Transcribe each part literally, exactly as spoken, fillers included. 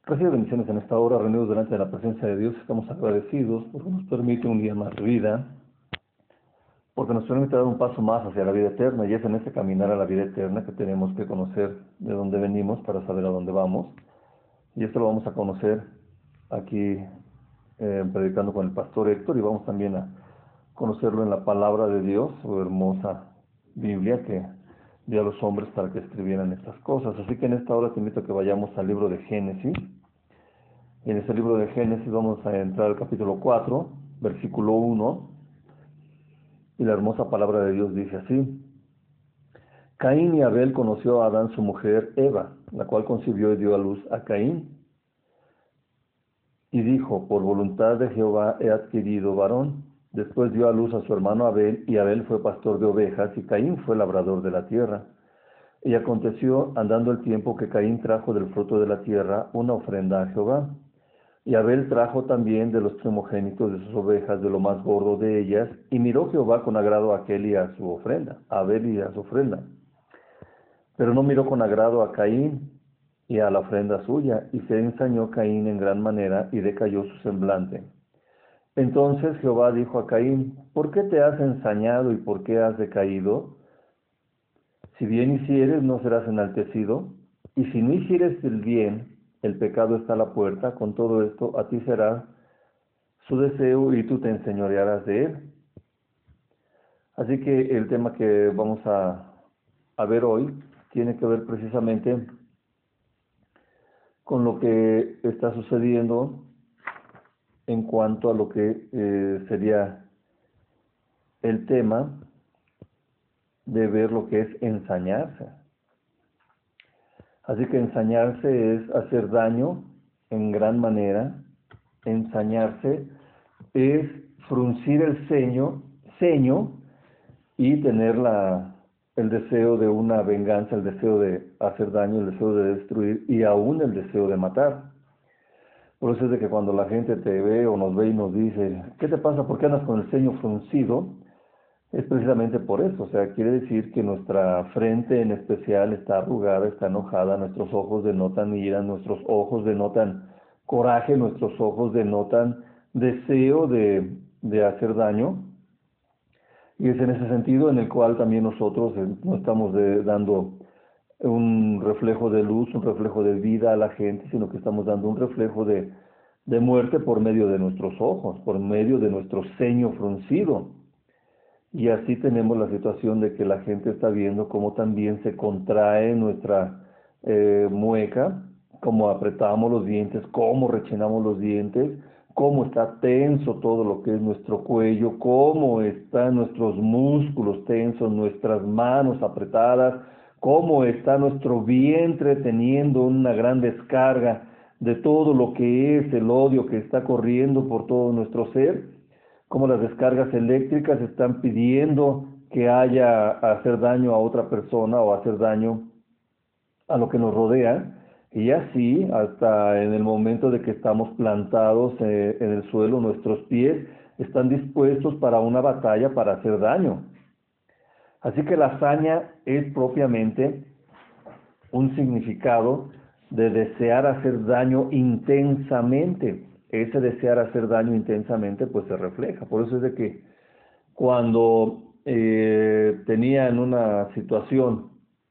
Recibe bendiciones en esta hora, reunidos delante de la presencia de Dios. Estamos agradecidos porque nos permite un día más de vida, porque nos permite dar un paso más hacia la vida eterna, y es en ese caminar a la vida eterna que tenemos que conocer de dónde venimos para saber a dónde vamos. Y esto lo vamos a conocer aquí eh, predicando con el pastor Héctor, y vamos también a conocerlo en la palabra de Dios, su hermosa Biblia que dio a los hombres para que escribieran estas cosas. Así que en esta hora te invito a que vayamos al libro de Génesis. En este libro de Génesis vamos a entrar al capítulo cuatro, versículo uno, y la hermosa palabra de Dios dice así: Caín y Abel conoció a Adán su mujer Eva, la cual concibió y dio a luz a Caín, y dijo: por voluntad de Jehová he adquirido varón. Después dio a luz a su hermano Abel, y Abel fue pastor de ovejas, y Caín fue labrador de la tierra. Y aconteció, andando el tiempo, que Caín trajo del fruto de la tierra una ofrenda a Jehová. Y Abel trajo también de los primogénitos de sus ovejas, de lo más gordo de ellas, y miró Jehová con agrado a aquel y a su ofrenda, a Abel y a su ofrenda. Pero no miró con agrado a Caín y a la ofrenda suya, y se ensañó Caín en gran manera, y decayó su semblante. Entonces Jehová dijo a Caín: ¿por qué te has ensañado y por qué has decaído? Si bien hicieres, no serás enaltecido, y si no hicieres el bien, el pecado está a la puerta. Con todo esto, a ti será su deseo, y tú te enseñorearás de él. Así que el tema que vamos a, a ver hoy tiene que ver precisamente con lo que está sucediendo en cuanto a lo que eh, sería el tema de ver lo que es ensañarse. Así que ensañarse es hacer daño en gran manera. Ensañarse es fruncir el ceño, ceño y tener la, el deseo de una venganza, el deseo de hacer daño, el deseo de destruir, y aún el deseo de matar. Por eso es de que cuando la gente te ve o nos ve y nos dice: ¿qué te pasa? ¿Por qué andas con el ceño fruncido? Es precisamente por eso. O sea, quiere decir que nuestra frente en especial está arrugada, está enojada, nuestros ojos denotan ira, nuestros ojos denotan coraje, nuestros ojos denotan deseo de, de hacer daño. Y es en ese sentido en el cual también nosotros eh, no estamos de, dando un reflejo de luz, un reflejo de vida a la gente, sino que estamos dando un reflejo de, de muerte por medio de nuestros ojos, por medio de nuestro ceño fruncido. Y así tenemos la situación de que la gente está viendo cómo también se contrae nuestra eh, mueca, cómo apretamos los dientes, cómo rechinamos los dientes, cómo está tenso todo lo que es nuestro cuello, cómo están nuestros músculos tensos, nuestras manos apretadas, cómo está nuestro vientre teniendo una gran descarga de todo lo que es el odio que está corriendo por todo nuestro ser, cómo las descargas eléctricas están pidiendo que haya hacer daño a otra persona o hacer daño a lo que nos rodea. Y así, hasta en el momento de que estamos plantados eh, en el suelo, nuestros pies están dispuestos para una batalla, para hacer daño. Así que la hazaña es propiamente un significado de desear hacer daño intensamente. Ese desear hacer daño intensamente pues se refleja. Por eso es de que cuando eh, tenían una situación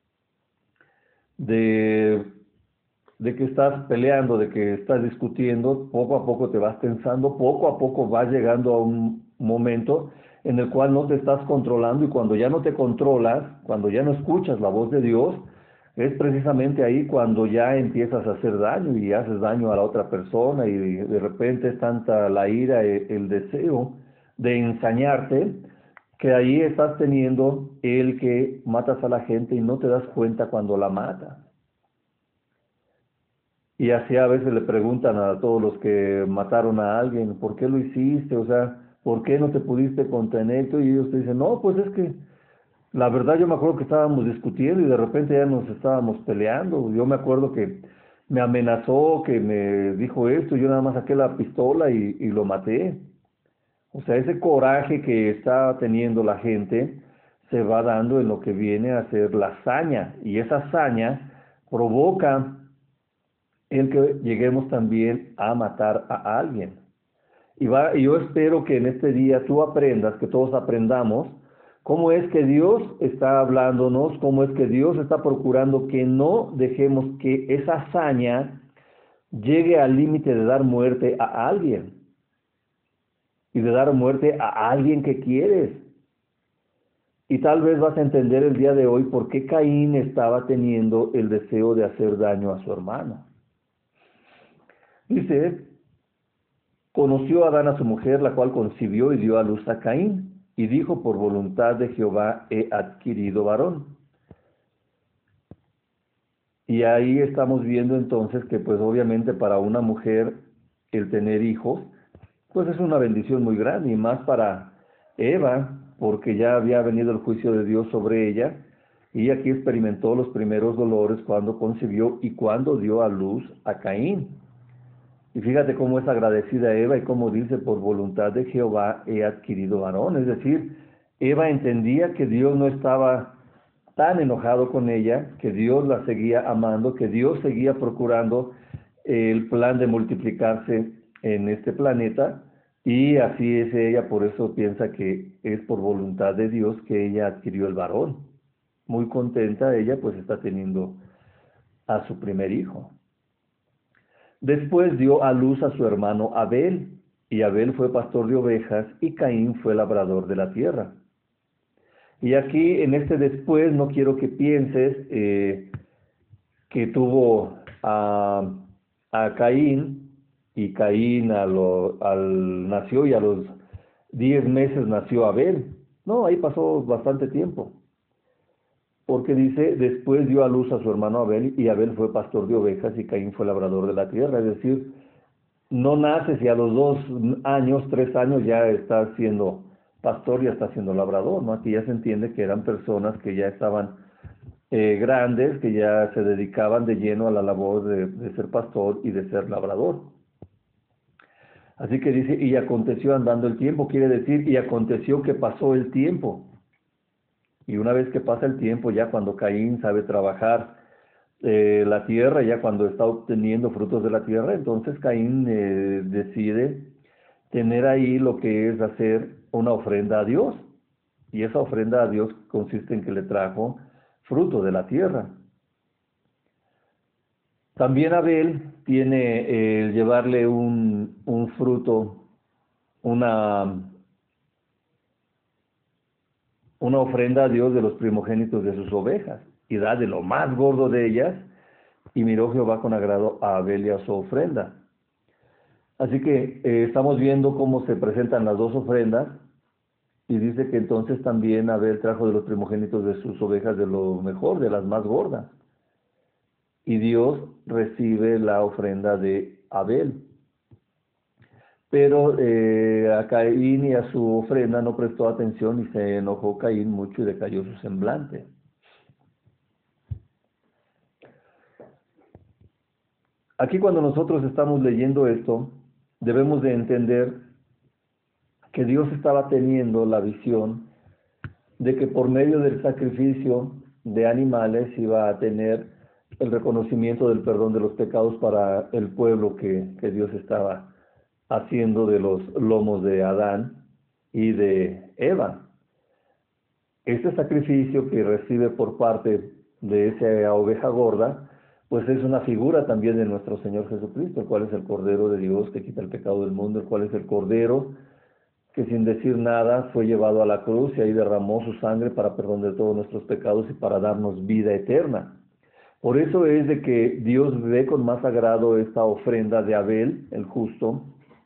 de de que estás peleando, de que estás discutiendo, poco a poco te vas tensando, poco a poco vas llegando a un momento en el cual no te estás controlando, y cuando ya no te controlas, cuando ya no escuchas la voz de Dios, es precisamente ahí cuando ya empiezas a hacer daño y haces daño a la otra persona, y de repente es tanta la ira, el deseo de ensañarte, que ahí estás teniendo el que matas a la gente y no te das cuenta cuando la matas. Y así a veces le preguntan a todos los que mataron a alguien: ¿por qué lo hiciste? O sea, ¿por qué no te pudiste contener? Y ellos te dicen: no, pues es que la verdad yo me acuerdo que estábamos discutiendo y de repente ya nos estábamos peleando. Yo me acuerdo que me amenazó, que me dijo esto, yo nada más saqué la pistola y, y lo maté. O sea, ese coraje que está teniendo la gente se va dando en lo que viene a ser la hazaña, y esa hazaña provoca el que lleguemos también a matar a alguien. Y, va, y yo espero que en este día tú aprendas, que todos aprendamos, cómo es que Dios está hablándonos, cómo es que Dios está procurando que no dejemos que esa hazaña llegue al límite de dar muerte a alguien. Y de dar muerte a alguien que quieres. Y tal vez vas a entender el día de hoy por qué Caín estaba teniendo el deseo de hacer daño a su hermano. Dice, conoció Adán a su mujer, la cual concibió y dio a luz a Caín, y dijo, por voluntad de Jehová he adquirido varón. Y ahí estamos viendo entonces que pues obviamente para una mujer el tener hijos, pues es una bendición muy grande, y más para Eva, porque ya había venido el juicio de Dios sobre ella, y aquí experimentó los primeros dolores cuando concibió y cuando dio a luz a Caín. Y fíjate cómo es agradecida Eva y cómo dice, por voluntad de Jehová he adquirido varón. Es decir, Eva entendía que Dios no estaba tan enojado con ella, que Dios la seguía amando, que Dios seguía procurando el plan de multiplicarse en este planeta, y así es ella, por eso piensa que es por voluntad de Dios que ella adquirió el varón. Muy contenta ella, pues está teniendo a su primer hijo. Después dio a luz a su hermano Abel, y Abel fue pastor de ovejas, y Caín fue labrador de la tierra. Y aquí, en este después, no quiero que pienses eh, que tuvo a, a Caín, y Caín a lo, al, nació, y a los diez meses nació Abel. No, ahí pasó bastante tiempo. Porque dice, después dio a luz a su hermano Abel, y Abel fue pastor de ovejas, y Caín fue labrador de la tierra. Es decir, no naces y a los dos años, tres años ya estás siendo pastor, ya estás siendo labrador, ¿no? Aquí ya se entiende que eran personas que ya estaban eh, grandes, que ya se dedicaban de lleno a la labor de, de ser pastor y de ser labrador. Así que dice, y aconteció andando el tiempo, quiere decir, y aconteció que pasó el tiempo. Y una vez que pasa el tiempo, ya cuando Caín sabe trabajar eh, la tierra, ya cuando está obteniendo frutos de la tierra, entonces Caín eh, decide tener ahí lo que es hacer una ofrenda a Dios. Y esa ofrenda a Dios consiste en que le trajo fruto de la tierra. También Abel tiene eh, el llevarle un, un fruto, una, una ofrenda a Dios de los primogénitos de sus ovejas, y da de lo más gordo de ellas, y miró Jehová con agrado a Abel y a su ofrenda. Así que eh, estamos viendo cómo se presentan las dos ofrendas, y dice que entonces también Abel trajo de los primogénitos de sus ovejas de lo mejor, de las más gordas. Y Dios recibe la ofrenda de Abel. Pero eh, a Caín y a su ofrenda no prestó atención, y se enojó Caín mucho y decayó su semblante. Aquí, cuando nosotros estamos leyendo esto, debemos de entender que Dios estaba teniendo la visión de que por medio del sacrificio de animales iba a tener el reconocimiento del perdón de los pecados para el pueblo que, que Dios estaba haciendo de los lomos de Adán y de Eva. Este sacrificio que recibe por parte de esa oveja gorda, pues es una figura también de nuestro Señor Jesucristo, el cual es el Cordero de Dios que quita el pecado del mundo, el cual es el Cordero que sin decir nada fue llevado a la cruz y ahí derramó su sangre para perdón de todos nuestros pecados y para darnos vida eterna. Por eso es de que Dios ve con más agrado esta ofrenda de Abel, el justo,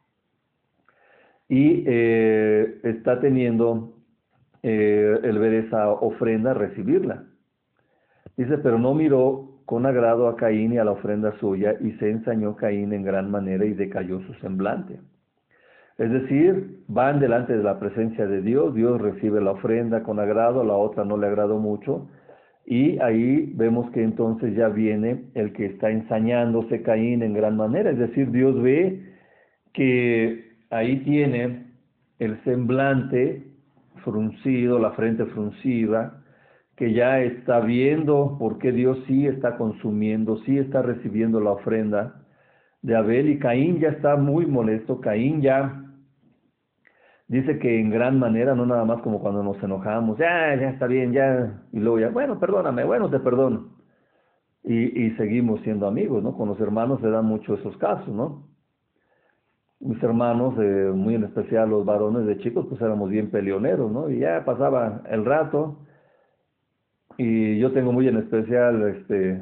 y eh, está teniendo eh, el ver esa ofrenda, recibirla. Dice, pero no miró con agrado a Caín y a la ofrenda suya, y se ensañó Caín en gran manera y decayó su semblante. Es decir, van delante de la presencia de Dios, Dios recibe la ofrenda con agrado, la otra no le agradó mucho, y ahí vemos que entonces ya viene el que está ensañándose Caín en gran manera. Es decir, Dios ve que ahí tiene el semblante fruncido, la frente fruncida, que ya está viendo por qué Dios sí está consumiendo, sí está recibiendo la ofrenda de Abel, y Caín ya está muy molesto. Caín ya dice que en gran manera, no nada más como cuando nos enojamos, ya, ya está bien, ya, y luego ya, bueno, perdóname, bueno, te perdono. Y, y seguimos siendo amigos, ¿no? Con los hermanos se dan mucho esos casos, ¿no? Mis hermanos, eh, muy en especial los varones de chicos, pues éramos bien peleoneros, ¿no? Y ya pasaba el rato, y yo tengo muy en especial, este,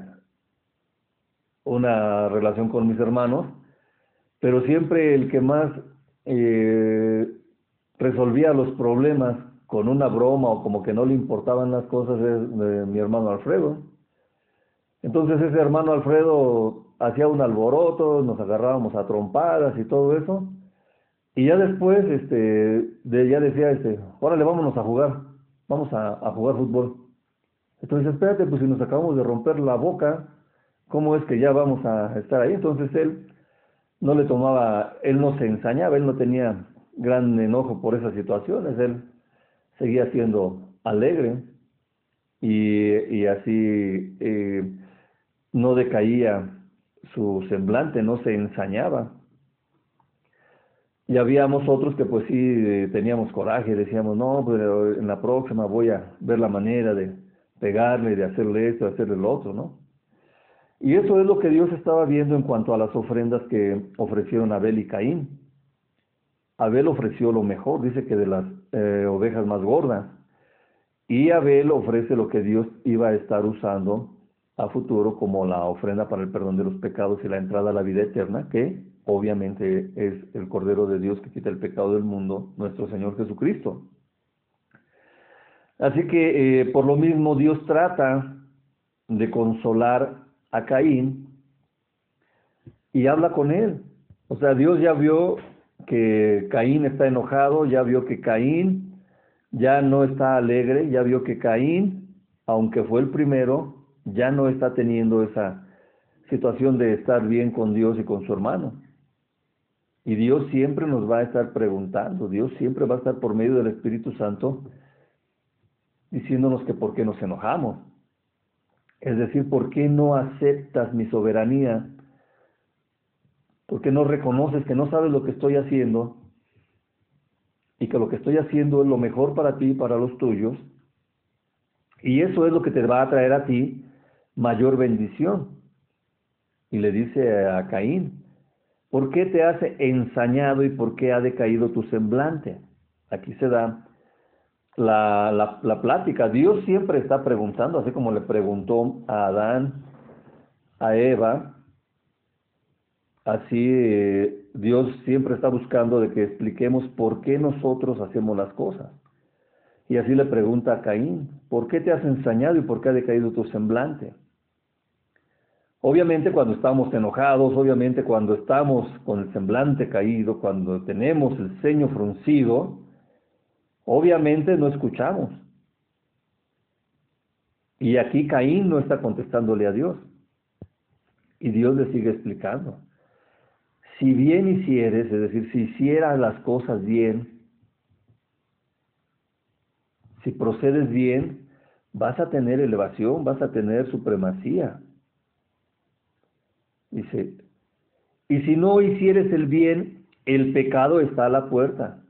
una relación con mis hermanos, pero siempre el que más eh, resolvía los problemas con una broma o como que no le importaban las cosas es eh, mi hermano Alfredo. Entonces ese hermano Alfredo hacía un alboroto, nos agarrábamos a trompadas y todo eso, y ya después este, de, ya decía, este, órale, vámonos a jugar, vamos a, a jugar fútbol. Entonces, espérate, pues si nos acabamos de romper la boca, ¿cómo es que ya vamos a estar ahí? Entonces él no le tomaba, él no se ensañaba, él no tenía gran enojo por esas situaciones, él seguía siendo alegre y, y así eh, no decaía su semblante, no se ensañaba. Y habíamos otros que pues sí eh, teníamos coraje, decíamos, no, pero en la próxima voy a ver la manera de pegarle, de hacerle esto, de hacerle lo otro, ¿no? Y eso es lo que Dios estaba viendo en cuanto a las ofrendas que ofrecieron Abel y Caín. Abel ofreció lo mejor, dice que de las eh, ovejas más gordas. Y Abel ofrece lo que Dios iba a estar usando a futuro como la ofrenda para el perdón de los pecados y la entrada a la vida eterna, que obviamente es el Cordero de Dios que quita el pecado del mundo, nuestro Señor Jesucristo. Así que eh, por lo mismo Dios trata de consolar a Caín y habla con él. O sea, Dios ya vio que Caín está enojado, ya vio que Caín ya no está alegre, ya vio que Caín, aunque fue el primero, ya no está teniendo esa situación de estar bien con Dios y con su hermano. Y Dios siempre nos va a estar preguntando, Dios siempre va a estar por medio del Espíritu Santo diciéndonos que por qué nos enojamos. Es decir, ¿por qué no aceptas mi soberanía? ¿Por qué no reconoces que no sabes lo que estoy haciendo y que lo que estoy haciendo es lo mejor para ti y para los tuyos? Y eso es lo que te va a traer a ti mayor bendición. Y le dice a Caín, ¿por qué te has ensañado y por qué ha decaído tu semblante? Aquí se da la, la, la plática. Dios siempre está preguntando, así como le preguntó a Adán, a Eva, así eh, Dios siempre está buscando de que expliquemos por qué nosotros hacemos las cosas. Y así le pregunta a Caín, ¿por qué te has ensañado y por qué ha decaído tu semblante? Obviamente cuando estamos enojados, obviamente cuando estamos con el semblante caído, cuando tenemos el ceño fruncido, obviamente no escuchamos. Y aquí Caín no está contestándole a Dios. Y Dios le sigue explicando. Si bien hicieres, es decir, si hicieras las cosas bien, si procedes bien, vas a tener elevación, vas a tener supremacía. Dice, y si no hicieres el bien, el pecado está a la puerta.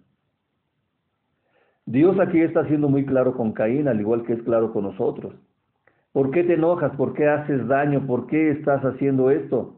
Dios aquí está siendo muy claro con Caín, al igual que es claro con nosotros. ¿Por qué te enojas? ¿Por qué haces daño? ¿Por qué estás haciendo esto?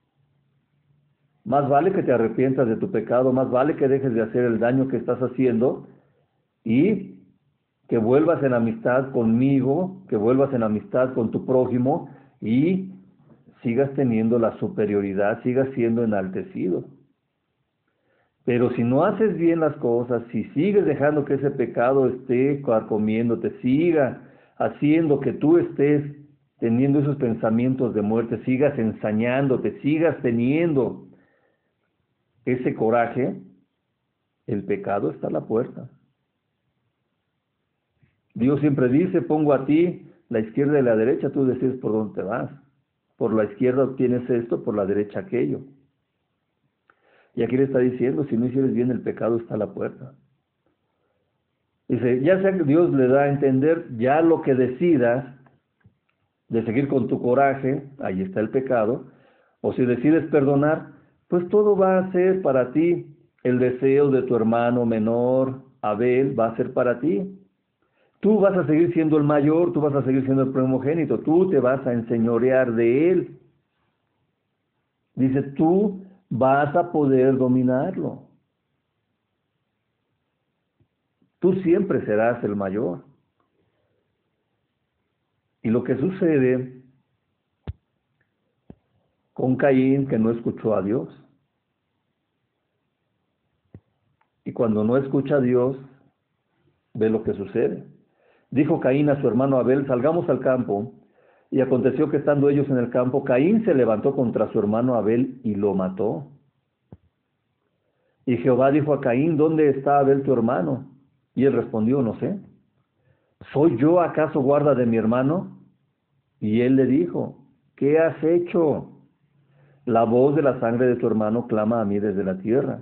Más vale que te arrepientas de tu pecado, más vale que dejes de hacer el daño que estás haciendo y que vuelvas en amistad conmigo, que vuelvas en amistad con tu prójimo y sigas teniendo la superioridad, sigas siendo enaltecido. Pero si no haces bien las cosas, si sigues dejando que ese pecado esté carcomiéndote, siga haciendo que tú estés teniendo esos pensamientos de muerte, sigas ensañándote, sigas teniendo ese coraje, el pecado está a la puerta. Dios siempre dice, pongo a ti la izquierda y la derecha, tú decides por dónde te vas. Por la izquierda obtienes esto, por la derecha aquello. Y aquí le está diciendo, si no hicieres bien, el pecado está a la puerta. Dice, ya sea que Dios le da a entender, ya lo que decidas de seguir con tu coraje, ahí está el pecado, o si decides perdonar, pues todo va a ser para ti. El deseo de tu hermano menor, Abel, va a ser para ti. Tú vas a seguir siendo el mayor, tú vas a seguir siendo el primogénito, tú te vas a enseñorear de él. Dice, tú vas a poder dominarlo. Tú siempre serás el mayor. Y lo que sucede con Caín, que no escuchó a Dios. Y cuando no escucha a Dios, ve lo que sucede. Dijo Caín a su hermano Abel, salgamos al campo. Y aconteció que estando ellos en el campo, Caín se levantó contra su hermano Abel y lo mató. Y Jehová dijo a Caín, ¿dónde está Abel tu hermano? Y él respondió, no sé. ¿Soy yo acaso guarda de mi hermano? Y él le dijo, ¿qué has hecho? La voz de la sangre de tu hermano clama a mí desde la tierra.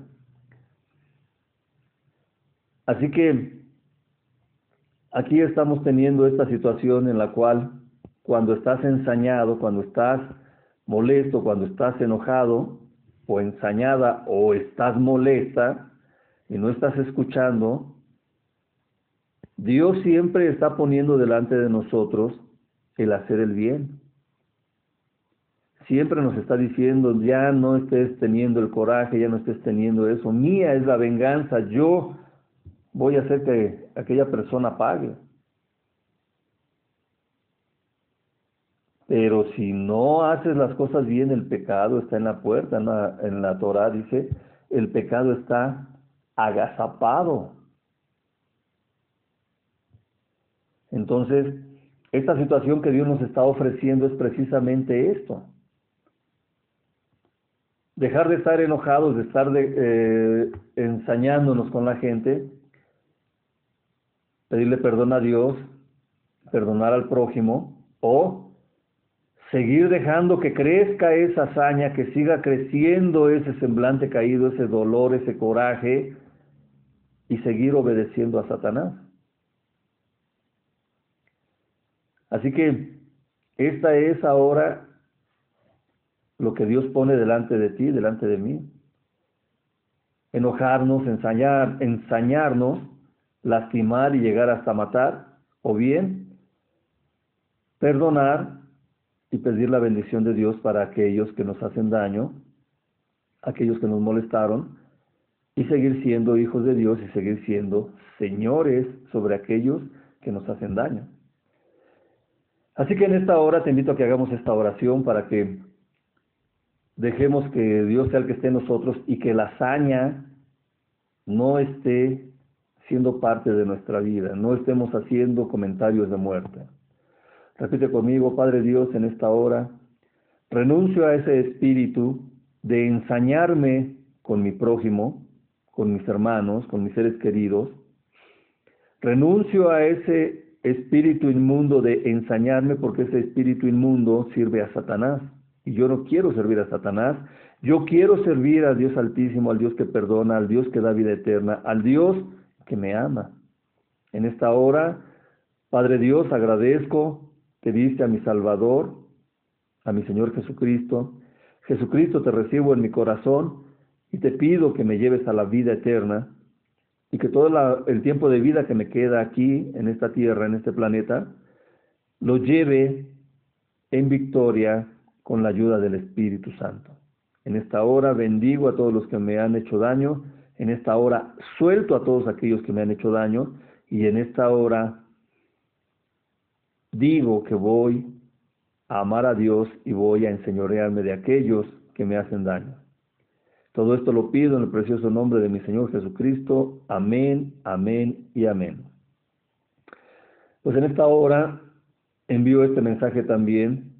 Así que aquí estamos teniendo esta situación en la cual cuando estás ensañado, cuando estás molesto, cuando estás enojado o ensañada o estás molesta y no estás escuchando, Dios siempre está poniendo delante de nosotros el hacer el bien. Siempre nos está diciendo, ya no estés teniendo el coraje, ya no estés teniendo eso. Mía es la venganza, yo voy a hacer que aquella persona pague. Pero si no haces las cosas bien, el pecado está en la puerta. En la, en la Torah dice, el pecado está agazapado. Entonces, esta situación que Dios nos está ofreciendo es precisamente esto. Dejar de estar enojados, de estar de, eh, ensañándonos con la gente, pedirle perdón a Dios, perdonar al prójimo, o seguir dejando que crezca esa hazaña, que siga creciendo ese semblante caído, ese dolor, ese coraje, y seguir obedeciendo a Satanás. Así que esta es ahora lo que Dios pone delante de ti, delante de mí. Enojarnos, ensañar, ensañarnos, lastimar y llegar hasta matar, o bien perdonar y pedir la bendición de Dios para aquellos que nos hacen daño, aquellos que nos molestaron, y seguir siendo hijos de Dios y seguir siendo señores sobre aquellos que nos hacen daño. Así que en esta hora te invito a que hagamos esta oración para que dejemos que Dios sea el que esté en nosotros y que la hazaña no esté siendo parte de nuestra vida, no estemos haciendo comentarios de muerte. Repite conmigo, Padre Dios, en esta hora, renuncio a ese espíritu de ensañarme con mi prójimo, con mis hermanos, con mis seres queridos. Renuncio a ese espíritu inmundo de ensañarme porque ese espíritu inmundo sirve a Satanás. Y yo no quiero servir a Satanás. Yo quiero servir al Dios Altísimo, al Dios que perdona, al Dios que da vida eterna, al Dios que me ama. En esta hora, Padre Dios, agradezco que diste a mi Salvador, a mi Señor Jesucristo. Jesucristo, te recibo en mi corazón y te pido que me lleves a la vida eterna y que todo la, el tiempo de vida que me queda aquí, en esta tierra, en este planeta, lo lleve en victoria con la ayuda del Espíritu Santo. En esta hora bendigo a todos los que me han hecho daño, en esta hora suelto a todos aquellos que me han hecho daño, y en esta hora digo que voy a amar a Dios y voy a enseñorearme de aquellos que me hacen daño. Todo esto lo pido en el precioso nombre de mi Señor Jesucristo. Amén, amén y amén. Pues en esta hora envío este mensaje también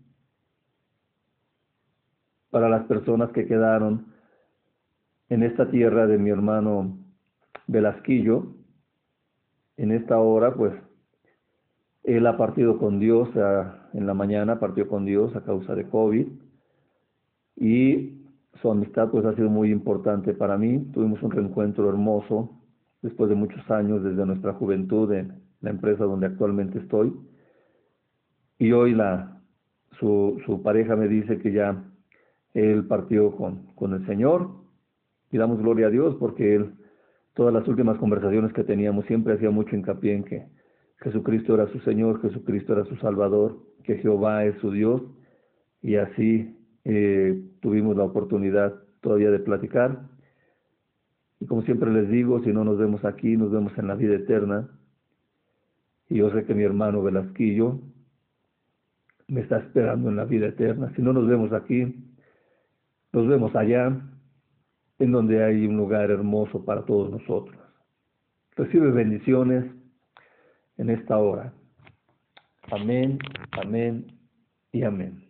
para las personas que quedaron en esta tierra de mi hermano Velasquillo. En esta hora, pues, él ha partido con Dios, a, en la mañana partió con Dios a causa de COVID, y su amistad pues ha sido muy importante para mí. Tuvimos un reencuentro hermoso después de muchos años, desde nuestra juventud, en la empresa donde actualmente estoy. Y hoy la, su, su pareja me dice que ya él partió con, con el Señor, y damos gloria a Dios porque él, todas las últimas conversaciones que teníamos, siempre hacía mucho hincapié en que Jesucristo era su Señor, Jesucristo era su Salvador, que Jehová es su Dios, y así eh, tuvimos la oportunidad todavía de platicar. Y como siempre les digo, si no nos vemos aquí, nos vemos en la vida eterna. Y yo sé que mi hermano Velasquillo me está esperando en la vida eterna. Si no nos vemos aquí, nos vemos allá, en donde hay un lugar hermoso para todos nosotros. Recibe bendiciones en esta hora. Amén, amén y amén.